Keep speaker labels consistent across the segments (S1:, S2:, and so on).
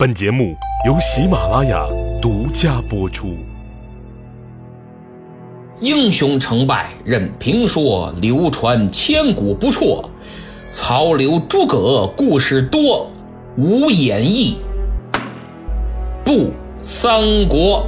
S1: 本节目由喜马拉雅独家播出。
S2: 英雄成败任评说，流传千古不辍。曹刘诸葛故事多，无演义不三国。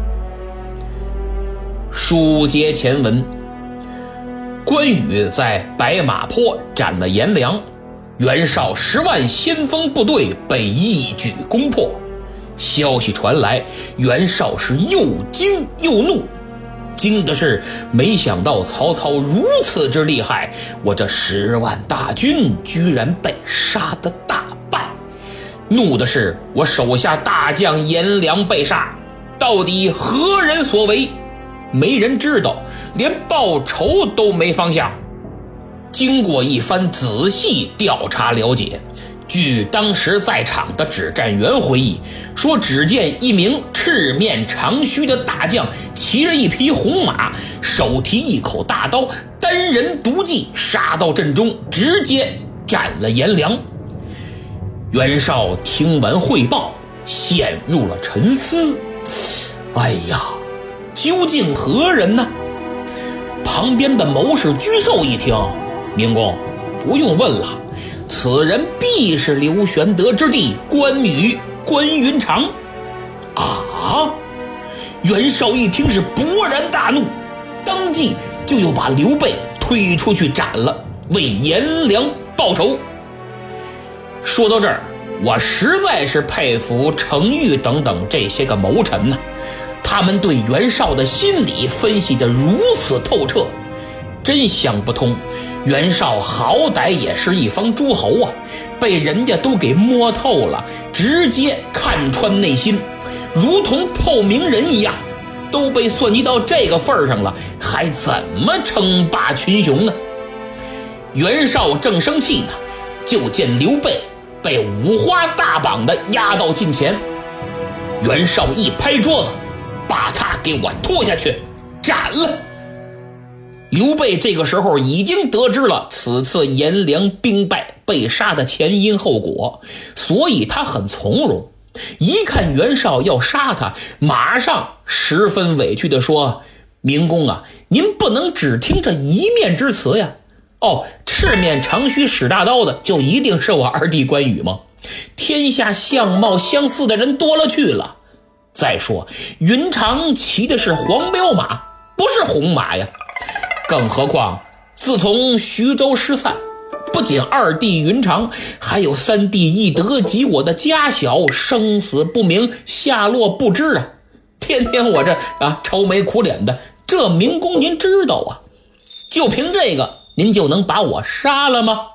S2: 书接前文，关羽在白马坡斩了颜良，袁绍10万先锋部队被一举攻破。消息传来，袁绍是又惊又怒。惊的是没想到曹操如此之厉害，我这10万大军居然被杀得大败。怒的是我手下大将颜良被杀，到底何人所为？没人知道，连报仇都没方向。经过一番仔细调查了解，据当时在场的指战员回忆说，只见一名赤面长须的大将骑着一匹红马，手提一口大刀，单人独骑杀到阵中，直接斩了颜良。袁绍听完汇报，陷入了沉思。哎呀，究竟何人呢？旁边的谋士居寿一听，明公不用问了，此人必是刘玄德之弟关羽关云长。啊！袁绍一听是勃然大怒，当即就又把刘备推出去斩了，为颜良报仇。说到这儿，我实在是佩服程昱等等这些个谋臣呢，他们对袁绍的心理分析得如此透彻，真想不通，袁绍好歹也是一方诸侯啊，被人家都给摸透了，直接看穿内心，如同透明人一样，都被算计到这个份上了，还怎么称霸群雄呢？袁绍正生气呢，就见刘备被五花大绑的押到近前。袁绍一拍桌子，把他给我拖下去斩了。刘备这个时候已经得知了此次颜良兵败被杀的前因后果，所以他很从容。一看袁绍要杀他，马上十分委屈地说，明公啊，您不能只听这一面之词呀。赤面长须使大刀的就一定是我二弟关羽吗？天下相貌相似的人多了去了。再说云长骑的是黄骠马，不是红马呀。更何况自从徐州失散，不仅二弟云长，还有三弟翼德及我的家小生死不明，下落不知啊！天天我这愁眉苦脸的，这明公您知道啊？就凭这个您就能把我杀了吗？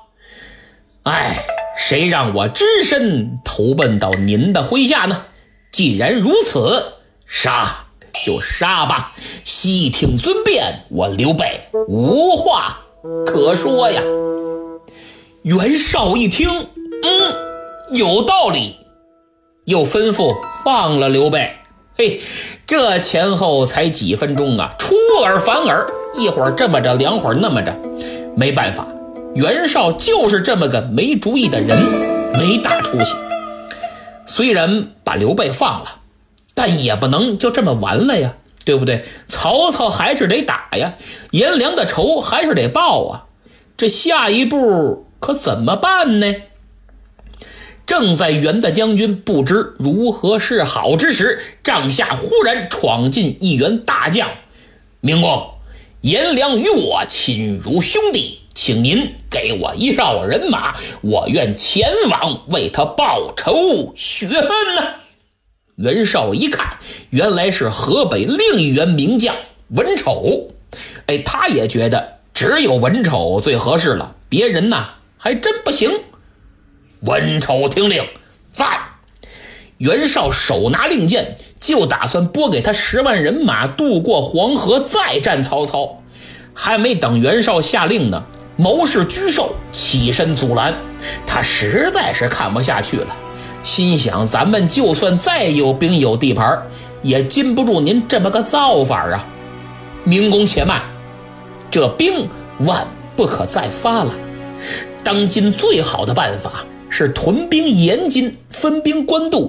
S2: 谁让我只身投奔到您的麾下呢？既然如此，杀就杀吧，悉听尊便，我刘备无话可说呀。袁绍一听，有道理，又吩咐放了刘备。这前后才几分钟啊，出尔反尔，一会儿这么着，两会儿那么着。没办法，袁绍就是这么个没主意的人，没大出息。虽然把刘备放了，但也不能就这么完了呀，对不对？曹操还是得打呀，颜良的仇还是得报啊。这下一步可怎么办呢？正在袁大将军不知如何是好之时，帐下忽然闯进一员大将，明公，颜良与我亲如兄弟，请您给我一哨人马，我愿前往为他报仇雪恨呢。袁绍一看，原来是河北另一员名将文丑。他也觉得只有文丑最合适了，别人还真不行。文丑听令，赞！袁绍手拿令箭，就打算拨给他10万人马渡过黄河，再战曹操。还没等袁绍下令呢，谋士居寿起身阻拦，他实在是看不下去了，心想咱们就算再有兵有地盘，也禁不住您这么个造法啊。明公且慢，这兵万不可再发了。当今最好的办法是屯兵延津，分兵官渡，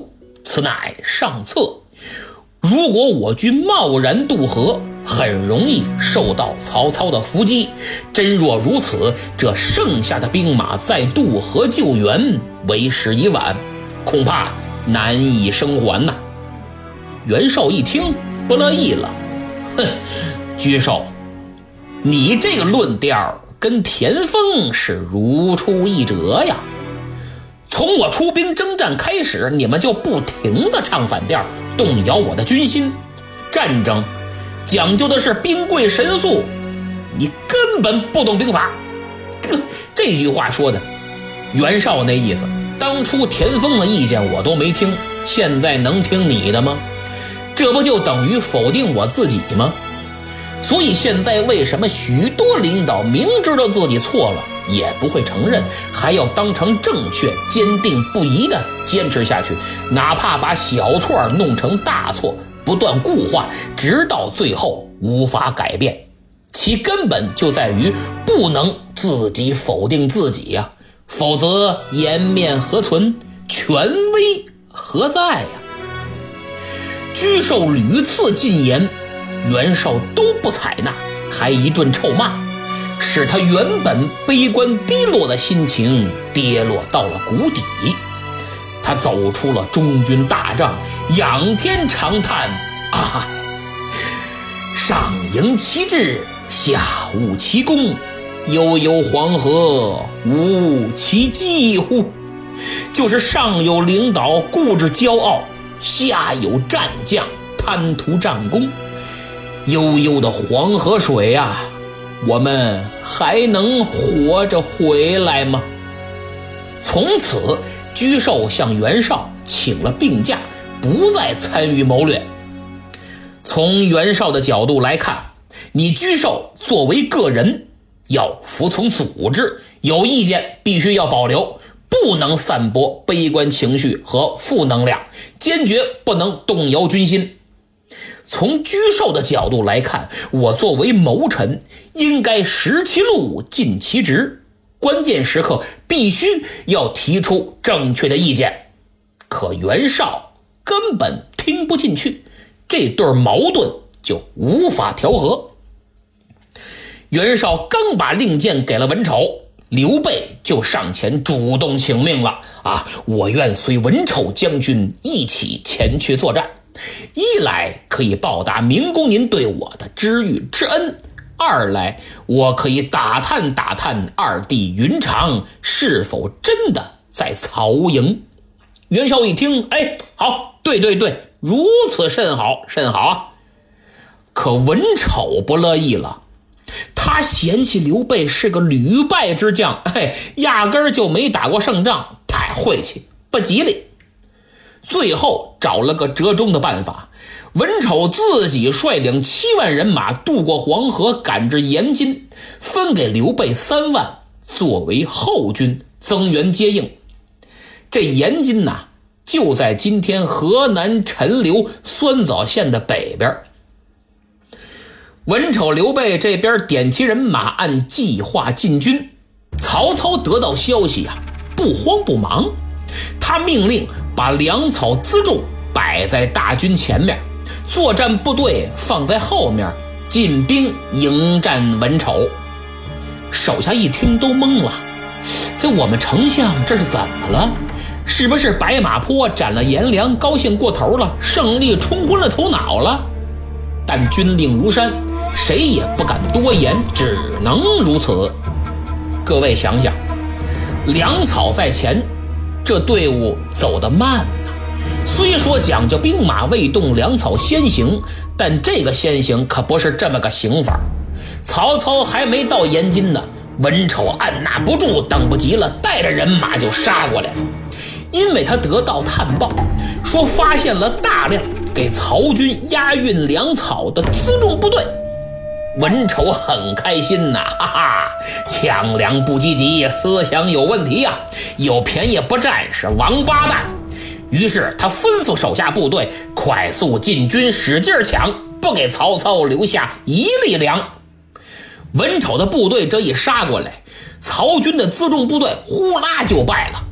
S2: 此乃上策。如果我军贸然渡河，很容易受到曹操的伏击。真若如此，这剩下的兵马再渡河救援，为时已晚，恐怕难以生还呐。袁绍一听不乐意了，哼，居寿，你这个论调跟田丰是如出一辙呀。从我出兵征战开始，你们就不停地唱反调，动摇我的军心。战争讲究的是兵贵神速，你根本不懂兵法。这句话说的袁绍那意思，当初田丰的意见我都没听，现在能听你的吗？这不就等于否定我自己吗？所以现在为什么许多领导明知道自己错了也不会承认，还要当成正确，坚定不移地坚持下去，哪怕把小错弄成大错，不断固化，直到最后无法改变。其根本就在于不能自己否定自己呀，否则颜面何存，权威何在呀？居寿屡次进言，袁绍都不采纳，还一顿臭骂，使他原本悲观低落的心情跌落到了谷底。他走出了中军大帐，仰天长叹：啊，上迎其志，下务其功，悠悠黄河，无其迹乎？就是上有领导固执骄傲，下有战将贪图战功，悠悠的黄河水啊，我们还能活着回来吗？从此居寿向袁绍请了病假，不再参与谋略。从袁绍的角度来看，你居寿作为个人要服从组织，有意见必须要保留，不能散播悲观情绪和负能量，坚决不能动摇军心。从居寿的角度来看，我作为谋臣应该识其路尽其职，关键时刻必须要提出正确的意见。可袁绍根本听不进去，这对矛盾就无法调和。袁绍刚把令箭给了文丑，刘备就上前主动请命了啊！我愿随文丑将军一起前去作战，一来可以报答明公您对我的知遇之恩，二来我可以打探打探二弟云长是否真的在曹营。袁绍一听，哎，好，对，如此甚好甚好啊！可文丑不乐意了，他嫌弃刘备是个屡败之将，压根儿就没打过胜仗，太晦气，不吉利。最后找了个折中的办法，文丑自己率领7万人马渡过黄河，赶至延津，分给刘备3万作为后军增援接应。这延津呐，就在今天河南陈留酸枣县的北边。文丑刘备这边点齐人马，按计划进军。曹操得到消息啊，不慌不忙，他命令把粮草辎重摆在大军前面，作战部队放在后面，进兵迎战文丑。手下一听都懵了，这我们丞相这是怎么了？是不是白马坡斩了颜良，高兴过头了，胜利冲昏了头脑了？但军令如山，谁也不敢多言，只能如此。各位想想，粮草在前，这队伍走得慢呐。虽说讲究兵马未动，粮草先行，但这个先行可不是这么个行法。曹操还没到延津呢，文丑按捺不住，等不及了，带着人马就杀过来了。因为他得到探报，说发现了大量给曹军押运粮草的辎重部队。文丑很开心呐，哈哈，抢粮不积极，思想有问题啊，有便宜不占是王八蛋。于是他吩咐手下部队快速进军，使劲抢，不给曹操留下一粒粮。文丑的部队这一杀过来，曹军的辎重部队呼啦就败了。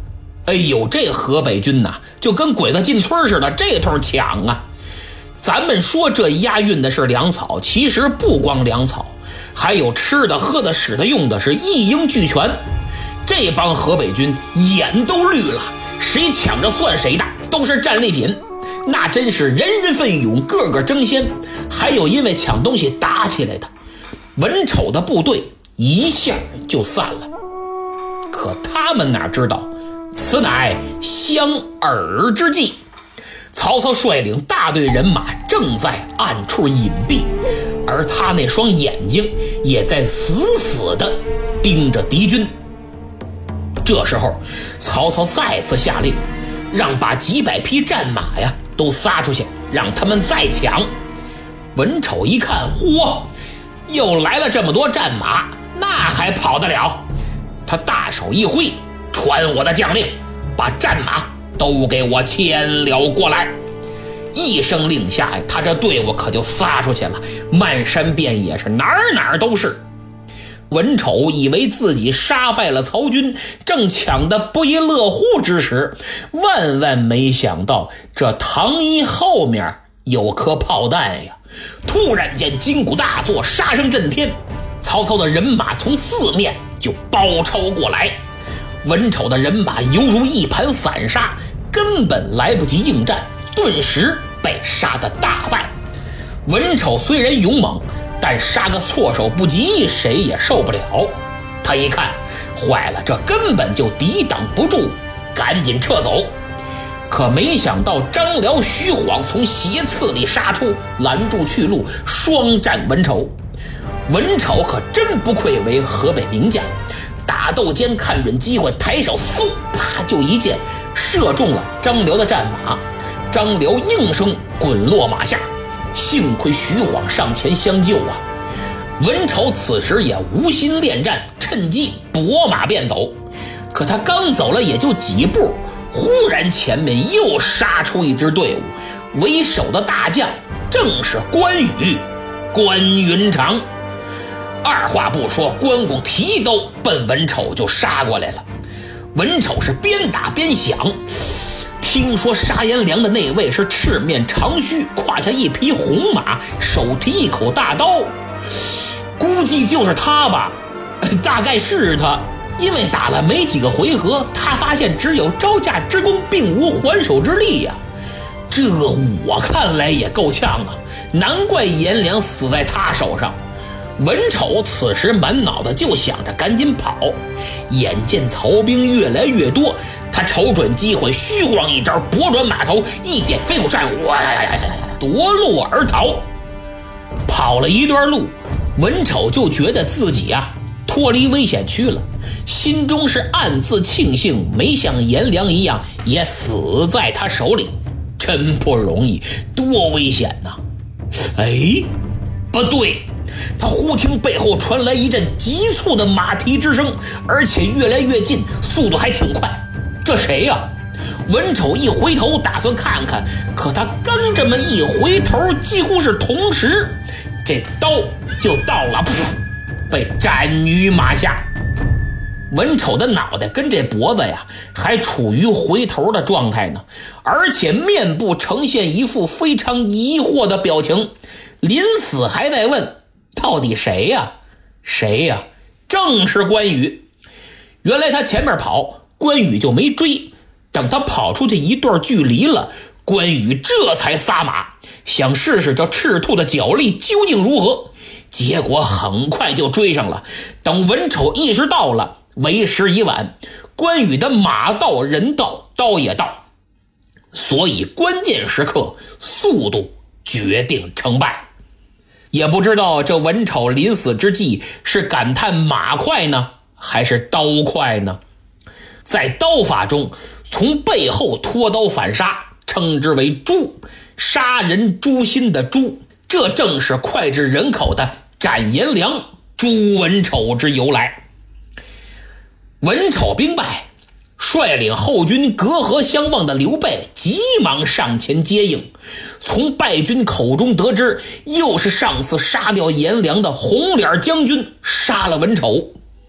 S2: 哎呦，这河北军呐，就跟鬼子进村似的，这头抢啊！咱们说这押运的是粮草，其实不光粮草，还有吃的、喝的、使的、用的，是一应俱全。这帮河北军眼都绿了，谁抢着算谁的，都是战利品。那真是人人奋勇，个个争先。还有因为抢东西打起来的，文丑的部队一下就散了。可他们哪知道，此乃相饵之计。曹操率领大队人马正在暗处隐蔽，而他那双眼睛也在死死地盯着敌军。这时候曹操再次下令，让把几百匹战马呀都撒出去，让他们再抢。文丑一看，嚯，又来了这么多战马，那还跑得了？他大手一挥，传我的将令，把战马都给我牵了过来。一声令下呀，他这队伍可就撒出去了，漫山遍野，是哪儿都是。文丑以为自己杀败了曹军，正抢得不亦乐乎之时，万万没想到这唐一后面有颗炮弹呀！突然间金鼓大作，杀声震天，曹操的人马从四面就包抄过来。文丑的人马犹如一盘散沙，根本来不及应战，顿时被杀得大败。文丑虽然勇猛，但杀个措手不及，谁也受不了。他一看，坏了，这根本就抵挡不住，赶紧撤走。可没想到张辽、徐晃从斜刺里杀出，拦住去路，双战文丑。文丑可真不愧为河北名将，打斗间看准机会，抬手嗖啪就一箭射中了张辽的战马，张辽应声滚落马下。幸亏徐晃上前相救啊！文丑此时也无心恋战，趁机拨马便走。可他刚走了也就几步，忽然前面又杀出一支队伍，为首的大将正是关羽、关云长。二话不说，关公提刀奔文丑就杀过来了。文丑是边打边想，听说杀颜良的那位是赤面长须，胯下一匹红马，手提一口大刀，估计就是他吧。大概是他，因为打了没几个回合，他发现只有招架之功，并无还手之力呀。这我看来也够呛啊，难怪颜良死在他手上。文丑此时满脑子就想着赶紧跑，眼见曹兵越来越多，他瞅准机会，虚晃一招，拨转马头，一点飞虎扇，夺路而逃。跑了一段路，文丑就觉得自己脱离危险区了，心中是暗自庆幸没像颜良一样也死在他手里，真不容易，多危险呐！哎，不对，他忽听背后传来一阵急促的马蹄之声，而且越来越近，速度还挺快。这谁呀？文丑一回头打算看看，可他刚这么一回头，几乎是同时，这刀就到了，被斩于马下。文丑的脑袋跟这脖子呀还处于回头的状态呢，而且面部呈现一副非常疑惑的表情，临死还在问到底谁呀？谁呀？正是关羽。原来他前面跑，关羽就没追，等他跑出去一段距离了，关羽这才撒马，想试试这赤兔的脚力究竟如何。结果很快就追上了，等文丑意识到了，为时已晚，关羽的马到人到，刀也到，所以关键时刻速度决定成败。也不知道这文丑临死之际是感叹马快呢，还是刀快呢？在刀法中，从背后拖刀反杀，称之为诛，杀人诛心的诛，这正是脍炙人口的斩颜良、诛文丑之由来。文丑兵败，率领后军隔河相望的刘备急忙上前接应，从败军口中得知，又是上次杀掉颜良的红脸将军杀了文丑。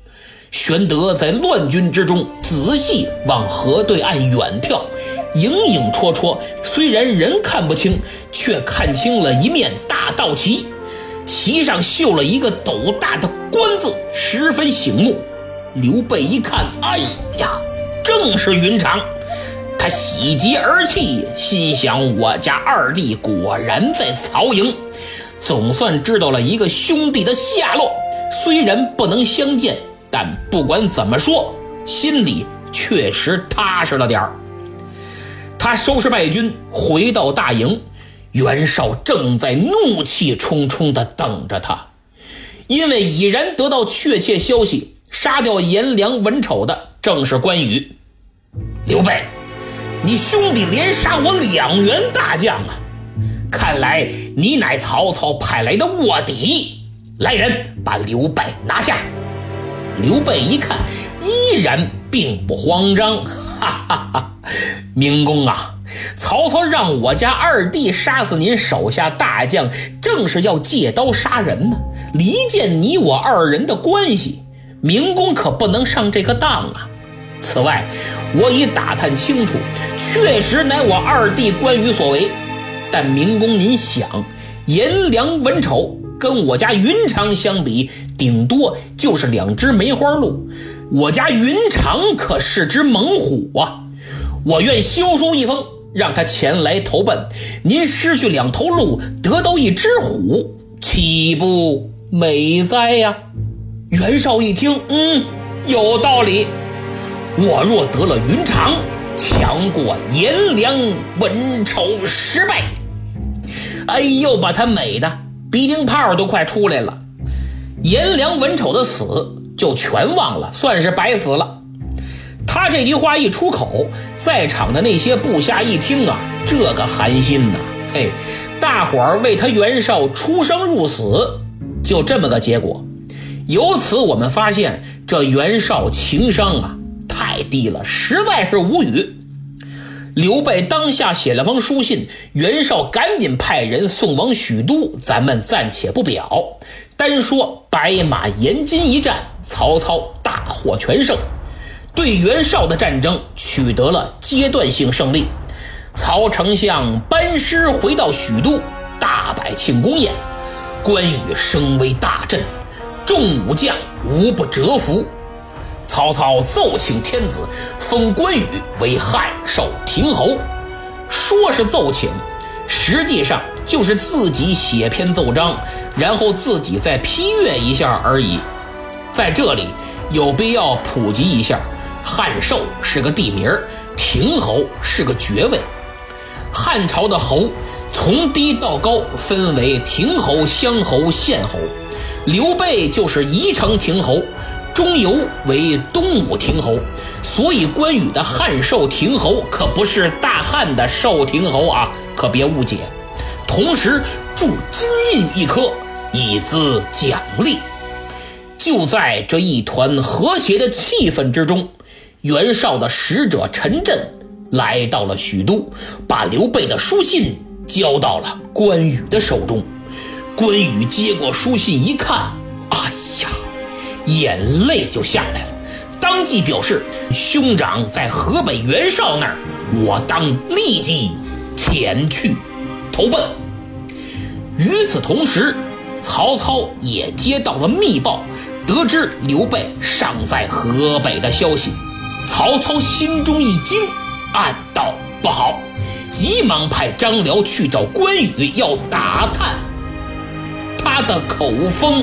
S2: 玄德在乱军之中仔细往河对岸远眺，影影绰绰，虽然人看不清，却看清了一面大道旗，旗上绣了一个斗大的官字，十分醒目。刘备一看，哎呀，正是云长。他喜极而泣，心想我家二弟果然在曹营，总算知道了一个兄弟的下落。虽然不能相见，但不管怎么说，心里确实踏实了点儿。他收拾败军回到大营，袁绍正在怒气冲冲地等着他，因为已然得到确切消息，杀掉颜良文丑的正是关羽。刘备，你兄弟连杀我2员大将啊！看来你乃曹操派来的卧底，来人，把刘备拿下。刘备一看，依然并不慌张，哈哈哈！明公啊，曹操让我家二弟杀死您手下大将，正是要借刀杀人呢，离间你我二人的关系，明公可不能上这个当啊！此外，我已打探清楚，确实乃我二弟关羽所为，但明公您想，颜良文丑跟我家云长相比，顶多就是2只梅花鹿，我家云长可是只猛虎啊！我愿修书一封，让他前来投奔，您失去2头鹿，得到1只虎，岂不美哉呀？袁绍一听，有道理，我若得了云长，强过颜良文丑10倍。哎呦，把他美的鼻涕泡都快出来了。颜良文丑的死就全忘了，算是白死了。他这句话一出口，在场的那些部下一听啊，这个寒心呐，嘿，大伙儿为他袁绍出生入死，就这么个结果。由此我们发现，这袁绍情商啊太低了，实在是无语。刘备当下写了封书信，袁绍赶紧派人送往许都，咱们暂且不表。单说白马延津一战，曹操大获全胜，对袁绍的战争取得了阶段性胜利。曹丞相班师回到许都，大摆庆功宴，关羽声威大振，众武将无不折服。曹操奏请天子封关羽为汉寿亭侯，说是奏请，实际上就是自己写篇奏章，然后自己再批阅一下而已。在这里有必要普及一下，汉寿是个地名，亭侯是个爵位。汉朝的侯从低到高分为亭侯、乡侯、县侯，刘备就是宜城亭侯，中游为东武亭侯，所以关羽的汉寿亭侯可不是大汉的寿亭侯啊，可别误解。同时铸金印1颗，以资奖励。就在这一团和谐的气氛之中，袁绍的使者陈震来到了许都，把刘备的书信交到了关羽的手中。关羽接过书信一看，哎呀，眼泪就下来了，当即表示兄长在河北袁绍那儿，我当立即前去投奔。与此同时，曹操也接到了密报，得知刘备尚在河北的消息。曹操心中一惊，暗道不好，急忙派张辽去找关羽，要打探他的口风。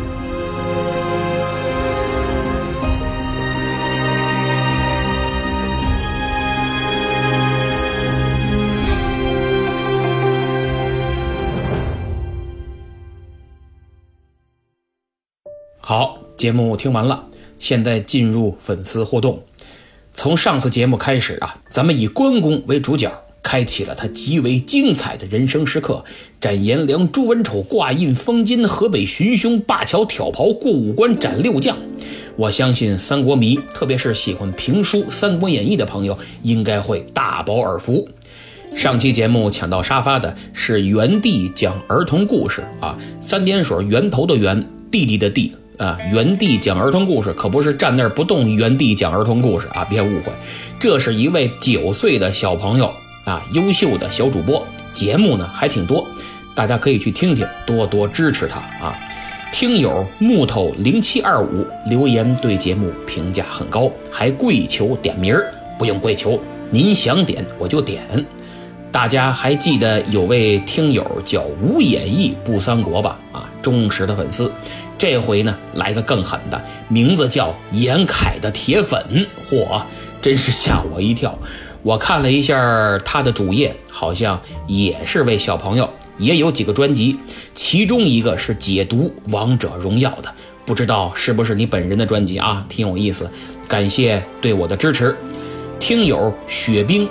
S2: 好，节目听完了，现在进入粉丝互动。从上次节目开始啊，咱们以关公为主角，开启了他极为精彩的人生时刻，斩颜良、诛文丑、挂印封金、河北寻凶、灞桥挑袍、过五关斩六将。我相信三国迷，特别是喜欢评书《三国演义》的朋友，应该会大饱耳福。上期节目抢到沙发的是原地讲儿童故事啊，三点水源头的源，弟弟的弟， 原地讲儿童故事，可不是站那儿不动原地讲儿童故事啊，别误会，这是一位9岁的小朋友啊，优秀的小主播，节目呢还挺多，大家可以去听听，多多支持他啊。听友木头0725留言对节目评价很高，还跪求点名儿，不用跪求，您想点我就点。大家还记得有位听友叫无演义不三国吧？忠实的粉丝。这回呢来个更狠的，名字叫严凯的铁粉，嚯，真是吓我一跳。我看了一下他的主页，好像也是位小朋友，也有几个专辑，其中一个是解读王者荣耀的，不知道是不是你本人的专辑啊，挺有意思，感谢对我的支持。听友雪冰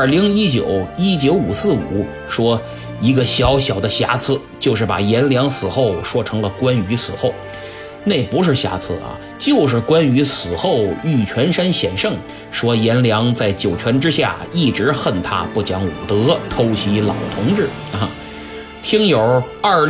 S2: 2019-19545说，一个小小的瑕疵，就是把颜良死后说成了关羽死后，那不是瑕疵啊，就是关羽死后玉泉山显圣，说颜良在九泉之下一直恨他不讲武德，偷袭老同志啊。听友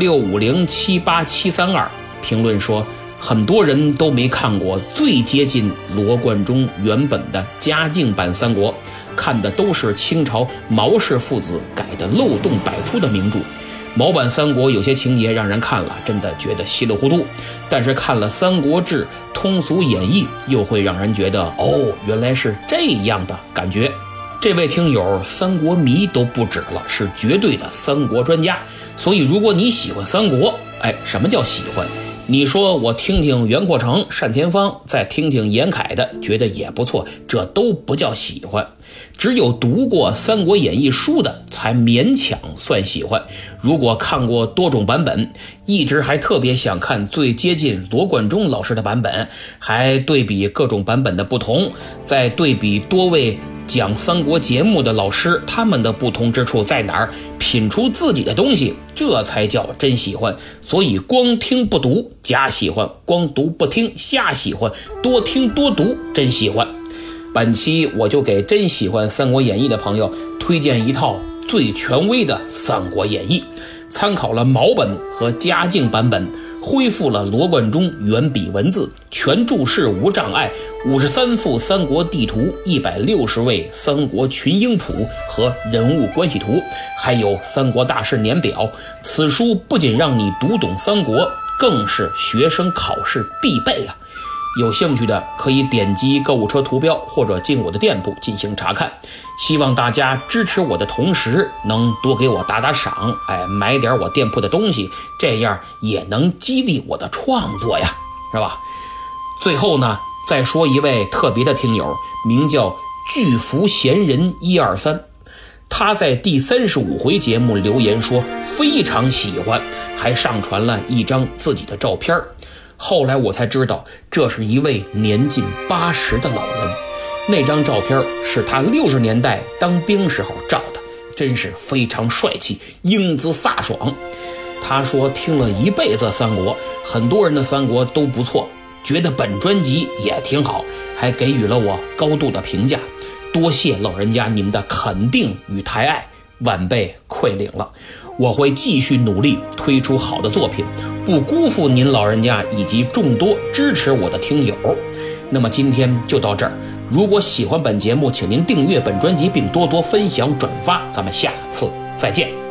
S2: 265078732评论说，很多人都没看过最接近罗贯中原本的嘉靖版三国，看的都是清朝毛氏父子改的漏洞百出的名著。毛版三国有些情节让人看了真的觉得稀里糊涂，但是看了三国志通俗演绎又会让人觉得原来是这样的感觉。这位听友三国迷都不止了，是绝对的三国专家。所以如果你喜欢三国，什么叫喜欢？你说我听听袁阔成、单田芳，再听听严凯的，觉得也不错，这都不叫喜欢。只有读过《三国演义》书的才勉强算喜欢。如果看过多种版本，一直还特别想看最接近罗贯中老师的版本，还对比各种版本的不同，再对比多位讲三国节目的老师，他们的不同之处在哪儿，品出自己的东西，这才叫真喜欢。所以光听不读假喜欢，光读不听瞎喜欢，多听多读真喜欢。本期我就给真喜欢三国演义的朋友推荐一套最权威的三国演义，参考了毛本和嘉靖版本，恢复了罗贯中原笔文字，全注释无障碍，53幅三国地图，160位三国群英谱和人物关系图，还有三国大事年表。此书不仅让你读懂三国，更是学生考试必备啊！有兴趣的可以点击购物车图标或者进我的店铺进行查看。希望大家支持我的同时能多给我打打赏，买点我店铺的东西，这样也能激励我的创作呀，是吧？最后呢，再说一位特别的听友，名叫巨福闲人123，他在第35回节目留言说非常喜欢，还上传了一张自己的照片。后来我才知道，这是一位年近80的老人，那张照片是他60年代当兵时候照的，真是非常帅气，英姿飒爽。他说听了一辈子三国，很多人的三国都不错，觉得本专辑也挺好，还给予了我高度的评价。多谢老人家您的肯定与抬爱，晚辈愧领了。我会继续努力推出好的作品，不辜负您老人家以及众多支持我的听友。那么今天就到这儿，如果喜欢本节目，请您订阅本专辑并多多分享转发，咱们下次再见。